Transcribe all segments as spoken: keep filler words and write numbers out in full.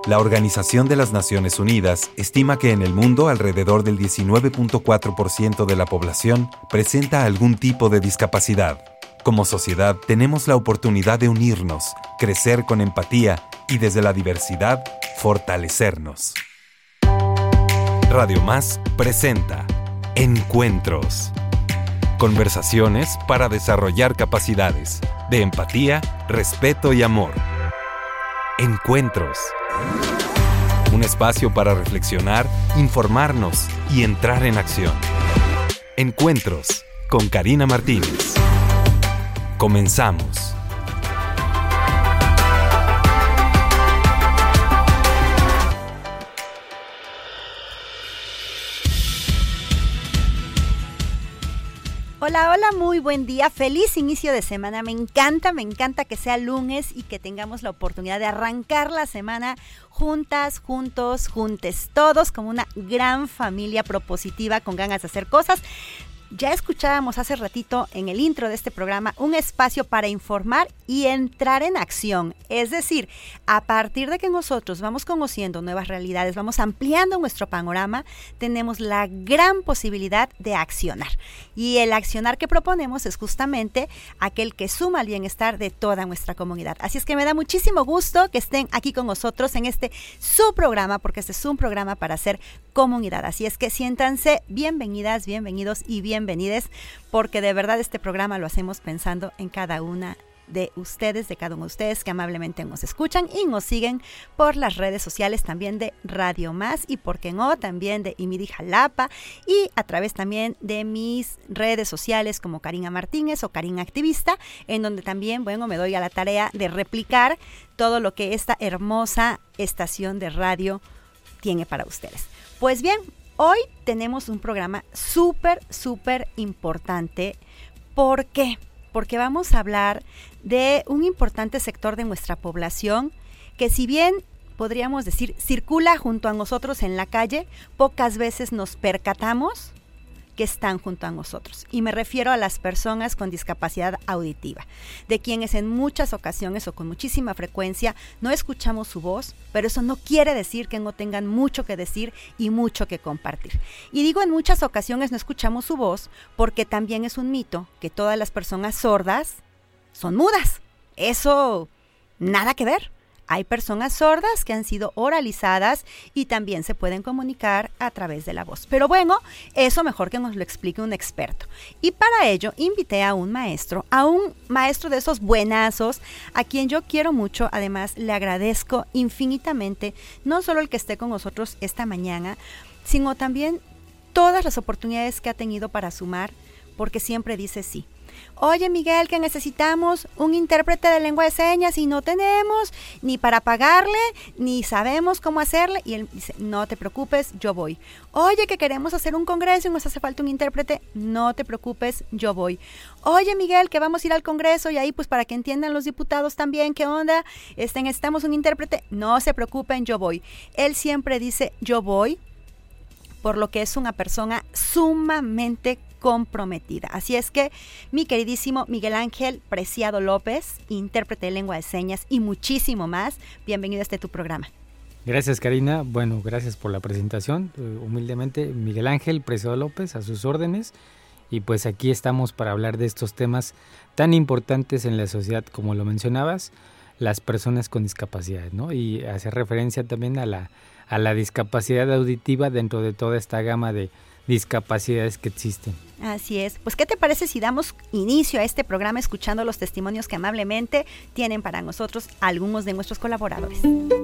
La Organización de las Naciones Unidas estima que en el mundo alrededor del diecinueve punto cuatro por ciento de la población presenta algún tipo de discapacidad. Como sociedad, tenemos la oportunidad de unirnos, crecer con empatía y desde la diversidad, fortalecernos. Radio Más presenta Encuentros. Conversaciones para desarrollar capacidades de empatía, respeto y amor. Encuentros. Un espacio para reflexionar, informarnos y entrar en acción. Encuentros con Karina Martínez. Comenzamos. Hola, hola, muy buen día, feliz inicio de semana, me encanta, me encanta que sea lunes y que tengamos la oportunidad de arrancar la semana juntas, juntos, juntes, todos como una gran familia propositiva con ganas de hacer cosas. Ya escuchábamos hace ratito en el intro de este programa un espacio para informar y entrar en acción. Es decir, a partir de que nosotros vamos conociendo nuevas realidades, vamos ampliando nuestro panorama, tenemos la gran posibilidad de accionar. Y el accionar que proponemos es justamente aquel que suma al bienestar de toda nuestra comunidad. Así es que me da muchísimo gusto que estén aquí con nosotros en este su programa, porque este es un programa para hacer comunidad. Así es que siéntanse bienvenidas, bienvenidos y bienvenidos. Bienvenidos, porque de verdad este programa lo hacemos pensando en cada una de ustedes, de cada uno de ustedes que amablemente nos escuchan y nos siguen por las redes sociales también de Radio Más y, por qué no, también de Imidi Jalapa y a través también de mis redes sociales como Karina Martínez o Karina Activista, en donde también, bueno, me doy a la tarea de replicar todo lo que esta hermosa estación de radio tiene para ustedes. Pues bien, hoy tenemos un programa súper, súper importante. ¿Por qué? Porque vamos a hablar de un importante sector de nuestra población que, si bien podríamos decir circula junto a nosotros en la calle, pocas veces nos percatamos que están junto a nosotros. Y me refiero a las personas con discapacidad auditiva, de quienes en muchas ocasiones o con muchísima frecuencia no escuchamos su voz, pero eso no quiere decir que no tengan mucho que decir y mucho que compartir. Y digo en muchas ocasiones no escuchamos su voz porque también es un mito que todas las personas sordas son mudas. Eso nada que ver. Hay personas sordas que han sido oralizadas y también se pueden comunicar a través de la voz. Pero bueno, eso mejor que nos lo explique un experto. Y para ello invité a un maestro, a un maestro de esos buenazos, a quien yo quiero mucho. Además, le agradezco infinitamente, no solo el que esté con nosotros esta mañana, sino también todas las oportunidades que ha tenido para sumar, porque siempre dice sí. Oye, Miguel, que necesitamos un intérprete de lengua de señas y no tenemos ni para pagarle, ni sabemos cómo hacerle. Y él dice, no te preocupes, yo voy. Oye, que queremos hacer un congreso y nos hace falta un intérprete, no te preocupes, yo voy. Oye, Miguel, que vamos a ir al congreso y ahí pues para que entiendan los diputados también qué onda, este, necesitamos un intérprete, no se preocupen, yo voy. Él siempre dice, yo voy, por lo que es una persona sumamente comprometida. Así es que, mi queridísimo Miguel Ángel Preciado López, intérprete de lengua de señas y muchísimo más, bienvenido a este tu programa. Gracias, Karina. Bueno, gracias por la presentación. Uh, humildemente, Miguel Ángel Preciado López, a sus órdenes. Y pues aquí estamos para hablar de estos temas tan importantes en la sociedad, como lo mencionabas, las personas con discapacidad, ¿no? Y hacer referencia también a la, a la discapacidad auditiva dentro de toda esta gama de discapacidades que existen. Así es. Pues, ¿qué te parece si damos inicio a este programa escuchando los testimonios que amablemente tienen para nosotros algunos de nuestros colaboradores?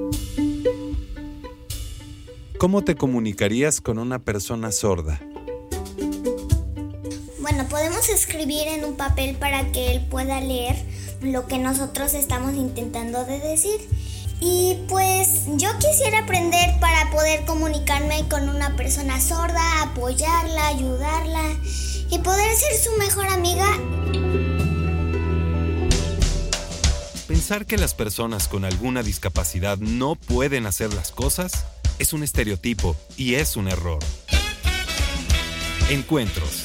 ¿Cómo te comunicarías con una persona sorda? Bueno, podemos escribir en un papel para que él pueda leer lo que nosotros estamos intentando de decir. Y pues yo quisiera aprender para poder comunicarme con una persona sorda, apoyarla, ayudarla y poder ser su mejor amiga. Pensar que las personas con alguna discapacidad no pueden hacer las cosas es un estereotipo y es un error. Encuentros.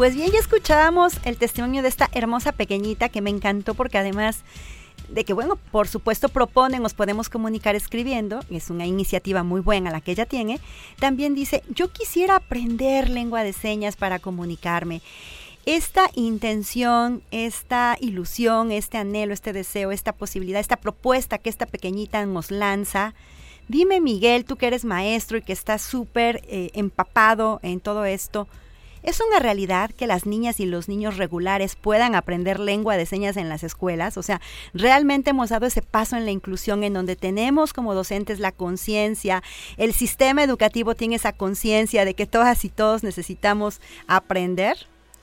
Pues bien, ya escuchábamos el testimonio de esta hermosa pequeñita que me encantó porque además de que, bueno, por supuesto proponen, nos podemos comunicar escribiendo, es una iniciativa muy buena la que ella tiene, también dice, yo quisiera aprender lengua de señas para comunicarme. Esta intención, esta ilusión, este anhelo, este deseo, esta posibilidad, esta propuesta que esta pequeñita nos lanza, dime, Miguel, tú que eres maestro y que estás súper eh, empapado en todo esto, ¿es una realidad que las niñas y los niños regulares puedan aprender lengua de señas en las escuelas? O sea, realmente hemos dado ese paso en la inclusión en donde tenemos como docentes la conciencia, el sistema educativo tiene esa conciencia de que todas y todos necesitamos aprender.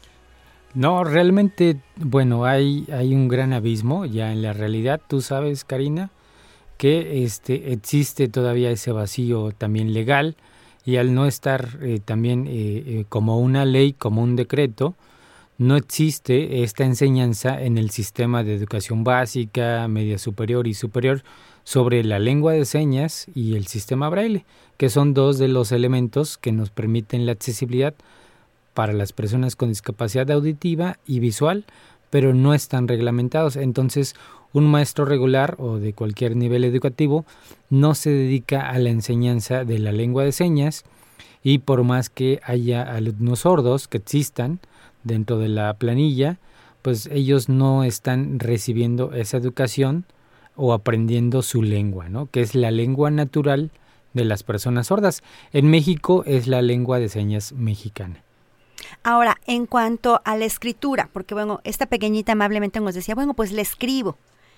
No, realmente, bueno, hay, hay un gran abismo ya en la realidad. Tú sabes, Karina, que este, existe todavía ese vacío también legal. Y al no estar eh, también eh, eh, como una ley, como un decreto, no existe esta enseñanza en el sistema de educación básica, media superior y superior sobre la lengua de señas y el sistema braille, que son dos de los elementos que nos permiten la accesibilidad para las personas con discapacidad auditiva y visual, pero no están reglamentados. Entonces, un maestro regular o de cualquier nivel educativo no se dedica a la enseñanza de la lengua de señas y por más que haya alumnos sordos que existan dentro de la planilla, pues ellos no están recibiendo esa educación o aprendiendo su lengua, ¿no? Que es la lengua natural de las personas sordas. En México es la lengua de señas mexicana. Ahora, en cuanto a la escritura, porque bueno, esta pequeñita amablemente nos decía, bueno, pues le escribo.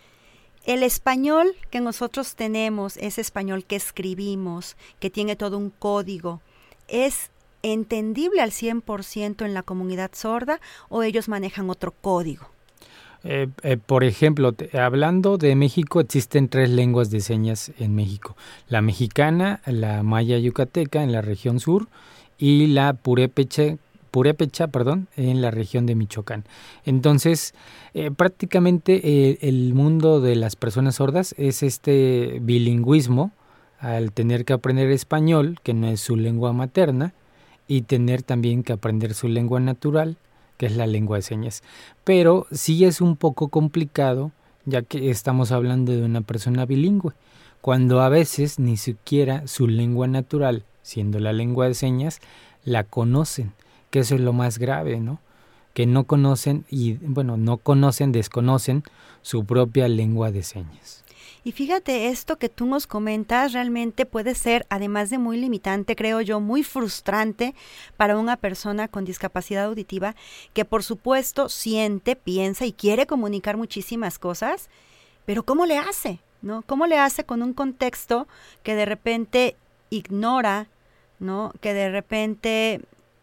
El español que nosotros tenemos, ese español que escribimos, que tiene todo un código, ¿es entendible al cien por ciento en la comunidad sorda o ellos manejan otro código? Eh, eh, por ejemplo, te, hablando de México, existen tres lenguas de señas en México. La mexicana, la maya yucateca en la región sur y la purépecha Purépecha, perdón, en la región de Michoacán. Entonces, eh, prácticamente eh, el mundo de las personas sordas es este bilingüismo al tener que aprender español, que no es su lengua materna, y tener también que aprender su lengua natural, que es la lengua de señas. Pero sí es un poco complicado, ya que estamos hablando de una persona bilingüe, cuando a veces ni siquiera su lengua natural, siendo la lengua de señas, la conocen. Que eso es lo más grave, ¿no? Que no conocen y, bueno, no conocen, desconocen su propia lengua de señas. Y fíjate, esto que tú nos comentas realmente puede ser, además de muy limitante, creo yo, muy frustrante para una persona con discapacidad auditiva que por supuesto siente, piensa y quiere comunicar muchísimas cosas, pero ¿cómo le hace? ¿No? ¿Cómo le hace con un contexto que de repente ignora, ¿no? Que de repente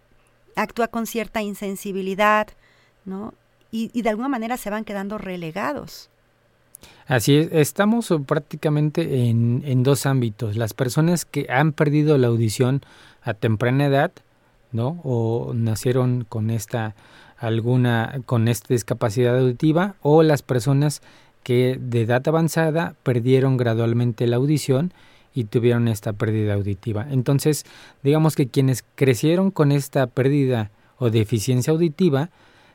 actúa con cierta insensibilidad, ¿no? Y, y de alguna manera se van quedando relegados. Así es, estamos prácticamente en, en dos ámbitos. Las personas que han perdido la audición a temprana edad, ¿no? O nacieron con esta alguna con esta discapacidad auditiva, o las personas que de edad avanzada perdieron gradualmente la audición y tuvieron esta pérdida auditiva. Entonces, digamos que quienes crecieron con esta pérdida o deficiencia auditiva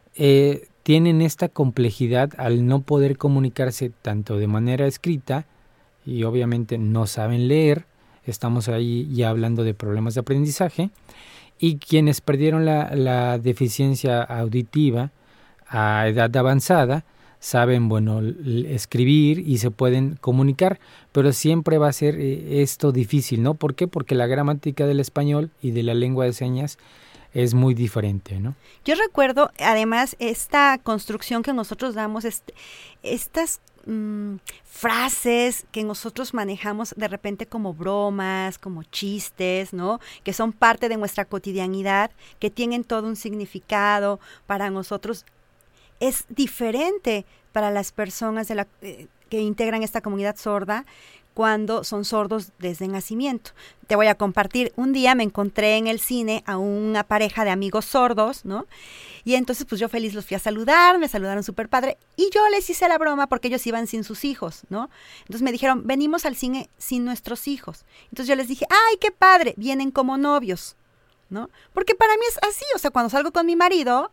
eh, tienen esta complejidad al no poder comunicarse tanto de manera escrita y obviamente no saben leer. Estamos ahí ya hablando de problemas de aprendizaje. Y quienes perdieron la, la deficiencia auditiva a edad avanzada saben, bueno, escribir y se pueden comunicar, pero siempre va a ser eh, esto difícil, ¿no? ¿Por qué? Porque la gramática del español y de la lengua de señas es muy diferente, ¿no? Yo recuerdo, además, esta construcción que nosotros damos, este, estas mmm, frases que nosotros manejamos de repente como bromas, como chistes, ¿no? Que son parte de nuestra cotidianidad, que tienen todo un significado para nosotros. Es diferente para las personas de la, eh, que integran esta comunidad sorda cuando son sordos desde nacimiento. Te voy a compartir, un día me encontré en el cine a una pareja de amigos sordos, ¿no? Y entonces pues yo feliz los fui a saludar, me saludaron súper padre, y yo les hice la broma porque ellos iban sin sus hijos, ¿no? Entonces me dijeron, venimos al cine sin nuestros hijos. Entonces yo les dije, ¡ay, qué padre! Vienen como novios, ¿no? Porque para mí es así, o sea, cuando salgo con mi marido,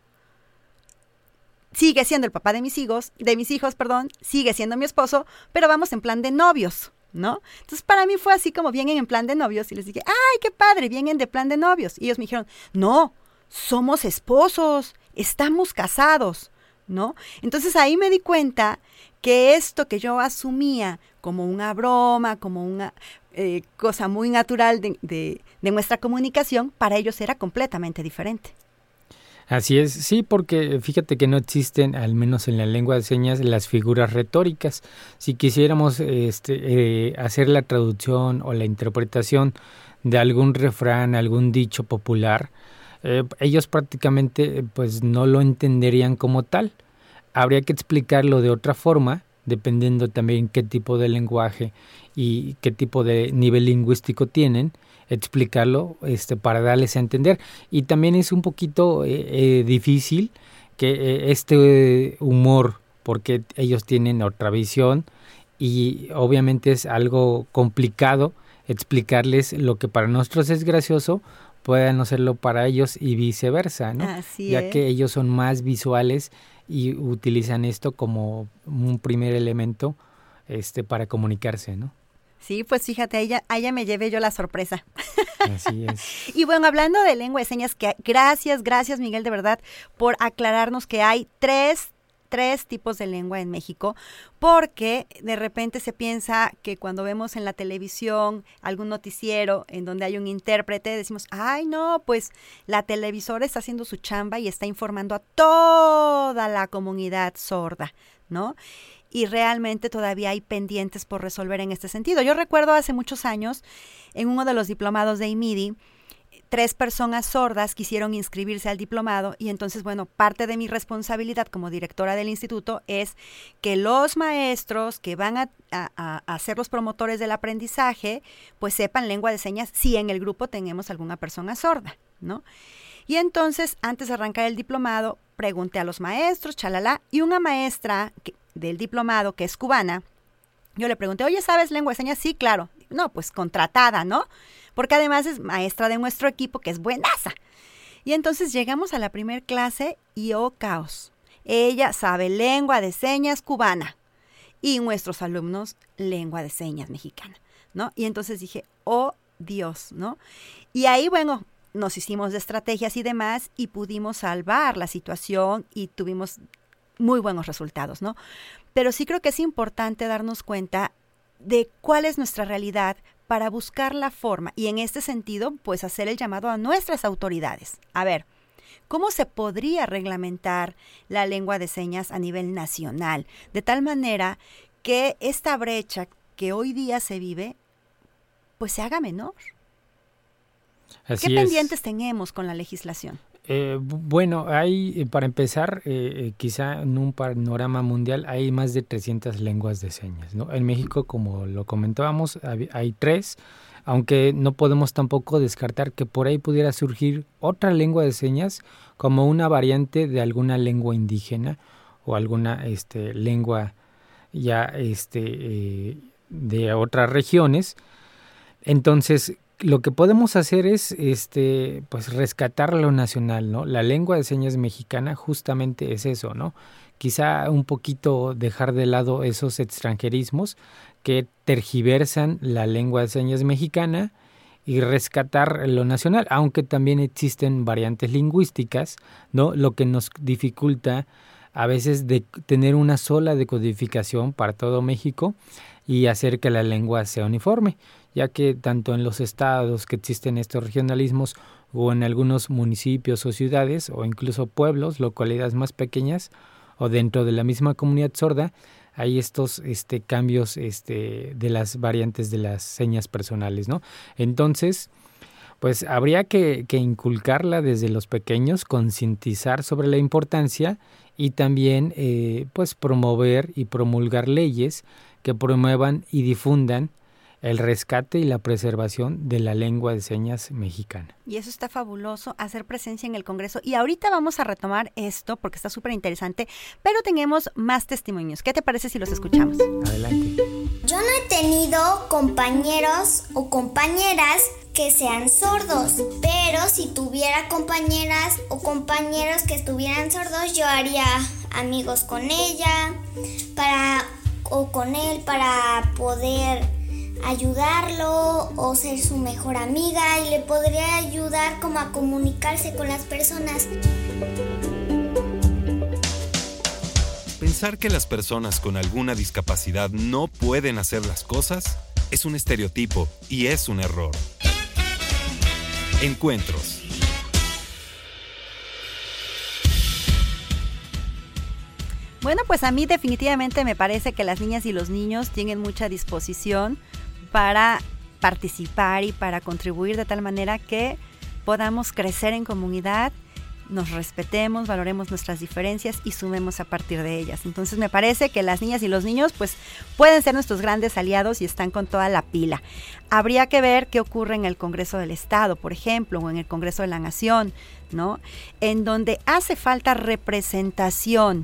sigue siendo el papá de mis hijos, de mis hijos, perdón, sigue siendo mi esposo, pero vamos en plan de novios, ¿no? Entonces para mí fue así como vienen en plan de novios y les dije, ¡ay, qué padre! Vienen de plan de novios. Y ellos me dijeron, no, somos esposos, estamos casados, ¿no? Entonces ahí me di cuenta que esto que yo asumía como una broma, como una eh, cosa muy natural de, de, de nuestra comunicación, para ellos era completamente diferente. Así es, sí, porque fíjate que no existen, al menos en la lengua de señas, las figuras retóricas. Si quisiéramos este, eh, hacer la traducción o la interpretación de algún refrán, algún dicho popular, eh, ellos prácticamente pues no lo entenderían como tal. Habría que explicarlo de otra forma, dependiendo también qué tipo de lenguaje y qué tipo de nivel lingüístico tienen, explicarlo este, para darles a entender. Y también es un poquito eh, eh, difícil que eh, este humor, porque ellos tienen otra visión y obviamente es algo complicado explicarles lo que para nosotros es gracioso, pueda no serlo para ellos y viceversa, ¿no? Así ya es. que ellos son más visuales y utilizan esto como un primer elemento este, para comunicarse, ¿no? Sí, pues fíjate, a ella, a ella me llevé yo la sorpresa. Así es. Y bueno, hablando de lengua de señas, que gracias, gracias Miguel, de verdad, por aclararnos que hay tres, tres tipos de lengua en México, porque de repente se piensa que cuando vemos en la televisión algún noticiero en donde hay un intérprete, decimos, ay no, pues la televisora está haciendo su chamba y está informando a toda la comunidad sorda, ¿no? Y realmente todavía hay pendientes por resolver en este sentido. Yo recuerdo hace muchos años, en uno de los diplomados de I M I D I, tres personas sordas quisieron inscribirse al diplomado y entonces, bueno, parte de mi responsabilidad como directora del instituto es que los maestros que van a, a, a ser los promotores del aprendizaje, pues sepan lengua de señas si en el grupo tenemos alguna persona sorda, ¿no? Y entonces, antes de arrancar el diplomado, pregunté a los maestros, chalala, y una maestra que, del diplomado, que es cubana, yo le pregunté, oye, ¿sabes lengua de señas? Sí, claro. No, pues contratada, ¿no? Porque además es maestra de nuestro equipo, que es buenaza. Y entonces llegamos a la primer clase y oh, caos. Ella sabe lengua de señas cubana y nuestros alumnos lengua de señas mexicana, ¿no? Y entonces dije, oh, Dios, ¿no? Y ahí, bueno, nos hicimos de estrategias y demás y pudimos salvar la situación y tuvimos muy buenos resultados, ¿no? Pero sí creo que es importante darnos cuenta de cuál es nuestra realidad para buscar la forma y en este sentido, pues hacer el llamado a nuestras autoridades. A ver, ¿cómo se podría reglamentar la lengua de señas a nivel nacional? De tal manera que esta brecha que hoy día se vive, pues se haga menor. Así ¿Qué es. pendientes tenemos con la legislación? Eh, bueno, hay, para empezar, eh, quizá en un panorama mundial hay más de trescientas lenguas de señas, ¿no? En México, como lo comentábamos, hay, hay tres, aunque no podemos tampoco descartar que por ahí pudiera surgir otra lengua de señas como una variante de alguna lengua indígena o alguna este, lengua ya este, eh, de otras regiones. Entonces, lo que podemos hacer es este pues rescatar lo nacional, ¿no? La lengua de señas mexicana justamente es eso, ¿no? Quizá un poquito dejar de lado esos extranjerismos que tergiversan la lengua de señas mexicana y rescatar lo nacional, aunque también existen variantes lingüísticas, ¿no? Lo que nos dificulta a veces de tener una sola decodificación para todo México y hacer que la lengua sea uniforme, ya que tanto en los estados que existen estos regionalismos o en algunos municipios o ciudades o incluso pueblos, localidades más pequeñas o dentro de la misma comunidad sorda, hay estos este, cambios este, de las variantes de las señas personales, ¿no? Entonces, pues habría que, que inculcarla desde los pequeños, concientizar sobre la importancia y también eh, pues promover y promulgar leyes que promuevan y difundan el rescate y la preservación de la lengua de señas mexicana. Y eso está fabuloso, hacer presencia en el Congreso. Y ahorita vamos a retomar esto porque está súper interesante, pero tenemos más testimonios. ¿Qué te parece si los escuchamos? Adelante. Yo no he tenido compañeros o compañeras que sean sordos, pero si tuviera compañeras o compañeros que estuvieran sordos, yo haría amigos con ella para o con él para poder ayudarlo o ser su mejor amiga, y le podría ayudar como a comunicarse con las personas. Pensar que las personas con alguna discapacidad no pueden hacer las cosas es un estereotipo y es un error. Encuentros. Bueno, pues a mí definitivamente me parece que las niñas y los niños tienen mucha disposición para participar y para contribuir de tal manera que podamos crecer en comunidad, nos respetemos, valoremos nuestras diferencias y sumemos a partir de ellas. Entonces me parece que las niñas y los niños pues pueden ser nuestros grandes aliados y están con toda la pila. Habría que ver qué ocurre en el Congreso del Estado, por ejemplo, o en el Congreso de la Nación, ¿no? En donde hace falta representación.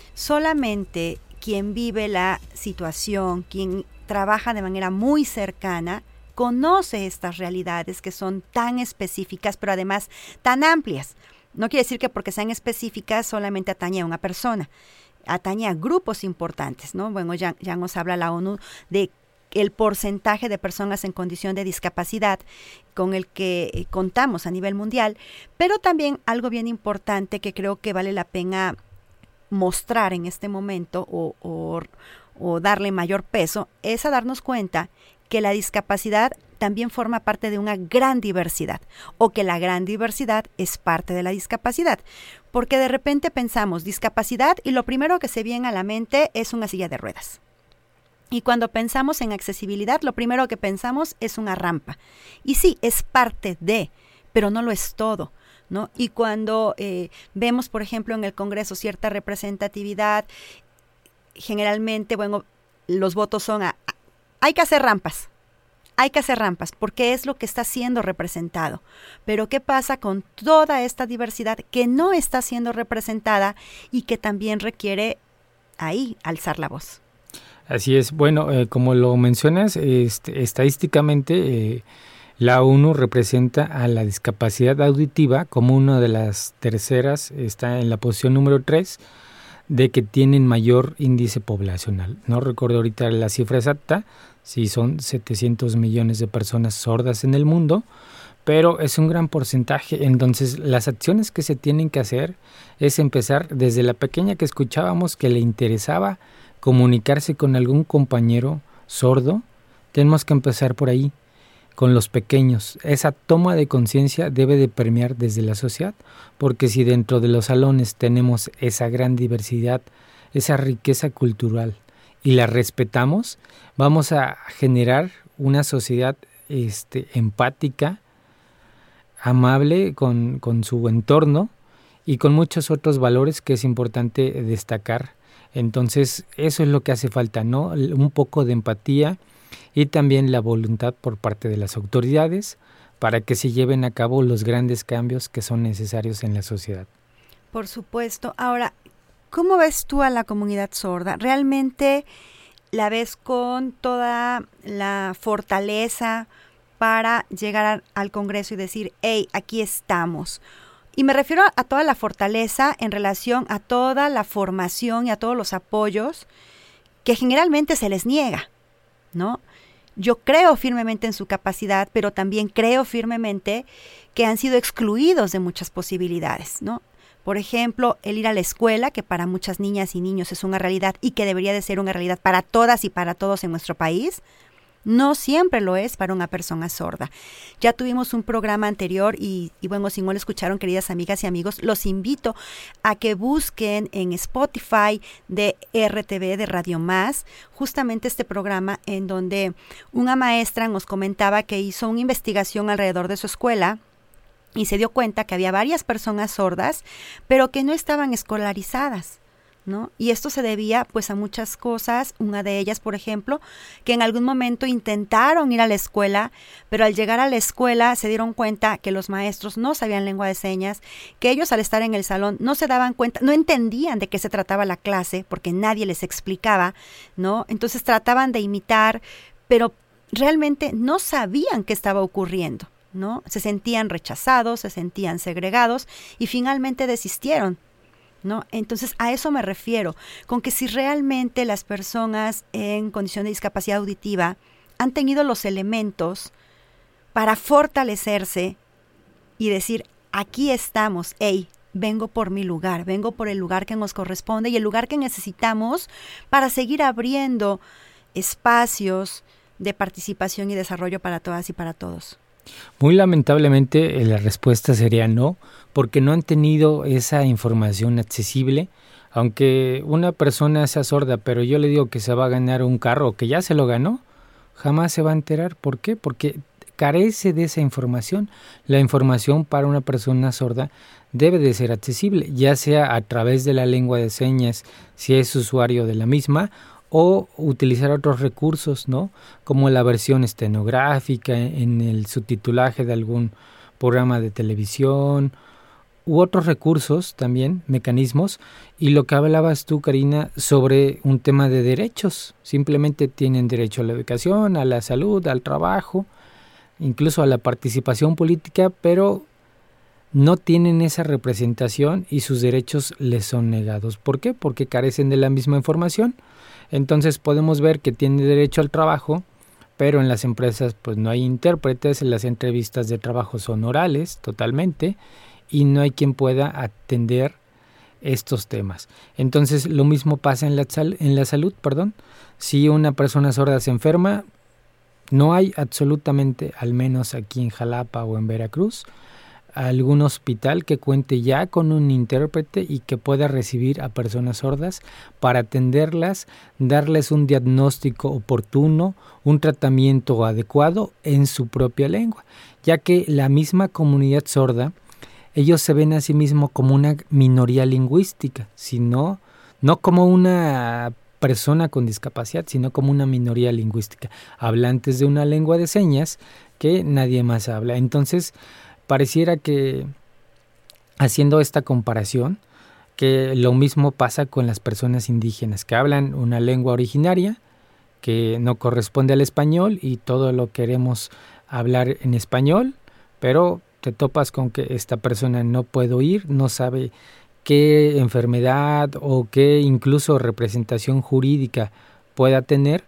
Solamente quien vive la situación, quien trabaja de manera muy cercana, conoce estas realidades que son tan específicas, pero además tan amplias. No quiere decir que porque sean específicas solamente atañe a una persona, atañe a grupos importantes, ¿no? Bueno, ya, ya nos habla la ONU de el porcentaje de personas en condición de discapacidad con el que eh, contamos a nivel mundial, pero también algo bien importante que creo que vale la pena mostrar en este momento o, o, o darle mayor peso es a darnos cuenta que la discapacidad también forma parte de una gran diversidad o que la gran diversidad es parte de la discapacidad, porque de repente pensamos discapacidad y lo primero que se viene a la mente es una silla de ruedas. Y cuando pensamos en accesibilidad, lo primero que pensamos es una rampa. Y sí, es parte de, pero no lo es todo, ¿no? Y cuando eh, vemos, por ejemplo, en el Congreso cierta representatividad, generalmente, bueno, los votos son a, a, hay que hacer rampas, hay que hacer rampas, porque es lo que está siendo representado. Pero ¿qué pasa con toda esta diversidad que no está siendo representada y que también requiere ahí alzar la voz? Así es. Bueno, eh, como lo mencionas, este, estadísticamente eh, la ONU representa a la discapacidad auditiva como una de las terceras, está en la posición número tres, de que tienen mayor índice poblacional. No recuerdo ahorita la cifra exacta, si son setecientos millones de personas sordas en el mundo, pero es un gran porcentaje. Entonces, las acciones que se tienen que hacer es empezar desde la pequeña que escuchábamos que le interesaba comunicarse con algún compañero sordo. Tenemos que empezar por ahí, con los pequeños. Esa toma de conciencia debe de permear desde la sociedad, porque si dentro de los salones tenemos esa gran diversidad, esa riqueza cultural y la respetamos, vamos a generar una sociedad este, empática, amable con, con su entorno y con muchos otros valores que es importante destacar. Entonces, eso es lo que hace falta, ¿no? Un poco de empatía y también la voluntad por parte de las autoridades para que se lleven a cabo los grandes cambios que son necesarios en la sociedad. Por supuesto. Ahora, ¿cómo ves tú a la comunidad sorda? ¿Realmente la ves con toda la fortaleza para llegar al Congreso y decir, hey, aquí estamos? Y me refiero a toda la fortaleza en relación a toda la formación y a todos los apoyos que generalmente se les niega, ¿no? Yo creo firmemente en su capacidad, pero también creo firmemente que han sido excluidos de muchas posibilidades, ¿no? Por ejemplo, el ir a la escuela, que para muchas niñas y niños es una realidad y que debería de ser una realidad para todas y para todos en nuestro país, no siempre lo es para una persona sorda. Ya tuvimos un programa anterior y, y bueno, si no lo escucharon, queridas amigas y amigos, los invito a que busquen en Spotify de R T V, de Radio Más, justamente este programa en donde una maestra nos comentaba que hizo una investigación alrededor de su escuela y se dio cuenta que había varias personas sordas, pero que no estaban escolarizadas, ¿no? Y esto se debía pues a muchas cosas, una de ellas, por ejemplo, que en algún momento intentaron ir a la escuela, pero al llegar a la escuela se dieron cuenta que los maestros no sabían lengua de señas, que ellos al estar en el salón no se daban cuenta, no entendían de qué se trataba la clase, porque nadie les explicaba, ¿no? Entonces trataban de imitar, pero realmente no sabían qué estaba ocurriendo, ¿no? Se sentían rechazados, se sentían segregados y finalmente desistieron, ¿no? Entonces a eso me refiero, con que si realmente las personas en condición de discapacidad auditiva han tenido los elementos para fortalecerse y decir, aquí estamos, hey, vengo por mi lugar, vengo por el lugar que nos corresponde y el lugar que necesitamos para seguir abriendo espacios de participación y desarrollo para todas y para todos. Muy lamentablemente la respuesta sería no, porque no han tenido esa información accesible. Aunque una persona sea sorda, pero yo le digo que se va a ganar un carro, que ya se lo ganó, jamás se va a enterar. ¿Por qué? Porque carece de esa información. La información para una persona sorda debe de ser accesible, ya sea a través de la lengua de señas, si es usuario de la misma, o utilizar otros recursos, ¿no? Como la versión estenográfica en el subtitulaje de algún programa de televisión u otros recursos también, mecanismos. Y lo que hablabas tú, Karina, sobre un tema de derechos. Simplemente tienen derecho a la educación, a la salud, al trabajo, incluso a la participación política, pero no tienen esa representación y sus derechos les son negados. ¿Por qué? Porque carecen de la misma información. Entonces podemos ver que tiene derecho al trabajo, pero en las empresas pues no hay intérpretes, las entrevistas de trabajo son orales totalmente y no hay quien pueda atender estos temas. Entonces lo mismo pasa en la, sal- en la salud, perdón. Si una persona sorda se enferma, no hay absolutamente, al menos aquí en Jalapa o en Veracruz, algún hospital que cuente ya con un intérprete y que pueda recibir a personas sordas para atenderlas, darles un diagnóstico oportuno, un tratamiento adecuado en su propia lengua, ya que la misma comunidad sorda, ellos se ven a sí mismos como una minoría lingüística, sino, no como una persona con discapacidad, sino como una minoría lingüística, hablantes de una lengua de señas que nadie más habla. Entonces, pareciera que, haciendo esta comparación, que lo mismo pasa con las personas indígenas que hablan una lengua originaria que no corresponde al español y todo lo queremos hablar en español, pero te topas con que esta persona no puede oír, no sabe qué enfermedad o qué incluso representación jurídica pueda tener,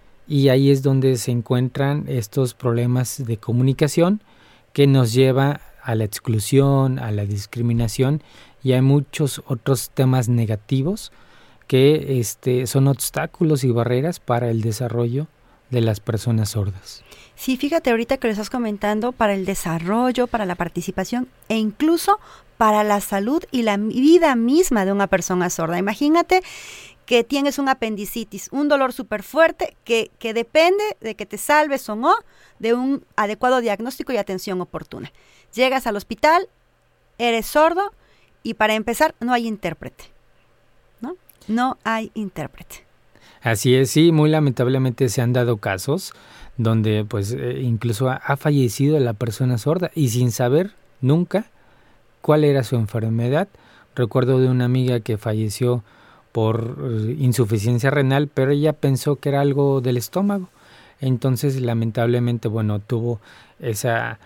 y ahí es donde se encuentran estos problemas de comunicación que nos lleva a la exclusión, a la discriminación y hay muchos otros temas negativos que este, son obstáculos y barreras para el desarrollo de las personas sordas. Sí, fíjate ahorita que lo estás comentando, para el desarrollo, para la participación e incluso para la salud y la vida misma de una persona sorda. Imagínate que tienes un apendicitis, un dolor súper fuerte que, que depende de que te salves o no de un adecuado diagnóstico y atención oportuna. Llegas al hospital, eres sordo y para empezar no hay intérprete, ¿no? No hay intérprete. Así es, sí, muy lamentablemente se han dado casos donde pues eh, incluso ha, ha fallecido la persona sorda y sin saber nunca cuál era su enfermedad. Recuerdo de una amiga que falleció por insuficiencia renal, pero ella pensó que era algo del estómago. Entonces, lamentablemente, bueno, tuvo esa,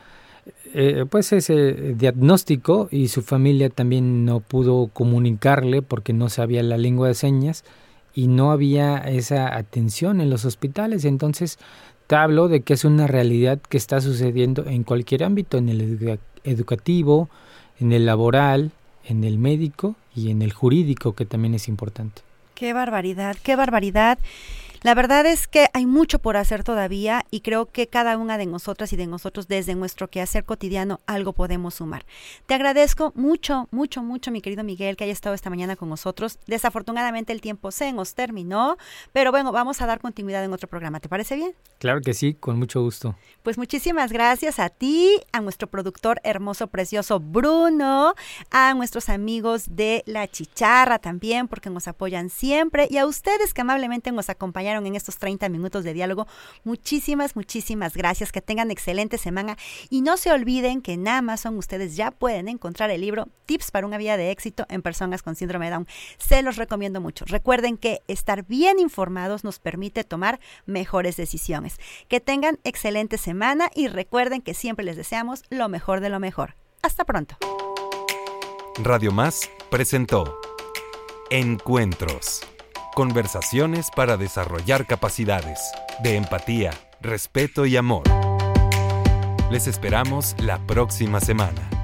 eh, pues ese diagnóstico y su familia también no pudo comunicarle porque no sabía la lengua de señas y no había esa atención en los hospitales. Entonces, te hablo de que es una realidad que está sucediendo en cualquier ámbito, en el edu- educativo, en el laboral, en el médico y en el jurídico, que también es importante. Qué barbaridad, qué barbaridad. La verdad es que hay mucho por hacer todavía y creo que cada una de nosotras y de nosotros desde nuestro quehacer cotidiano algo podemos sumar. Te agradezco mucho, mucho, mucho, mi querido Miguel, que haya estado esta mañana con nosotros. Desafortunadamente el tiempo se nos terminó, pero bueno, vamos a dar continuidad en otro programa. ¿Te parece bien? Claro que sí, con mucho gusto. Pues muchísimas gracias a ti, a nuestro productor hermoso, precioso Bruno, a nuestros amigos de La Chicharra también, porque nos apoyan siempre, y a ustedes que amablemente nos acompañaron en estos treinta minutos de diálogo. Muchísimas, muchísimas gracias. Que tengan excelente semana y no se olviden que en Amazon ustedes ya pueden encontrar el libro Tips para una vida de éxito en personas con síndrome de Down. Se los recomiendo mucho. Recuerden que estar bien informados nos permite tomar mejores decisiones. Que tengan excelente semana y recuerden que siempre les deseamos lo mejor de lo mejor. Hasta pronto. Radio Más presentó Encuentros. Conversaciones para desarrollar capacidades de empatía, respeto y amor. Les esperamos la próxima semana.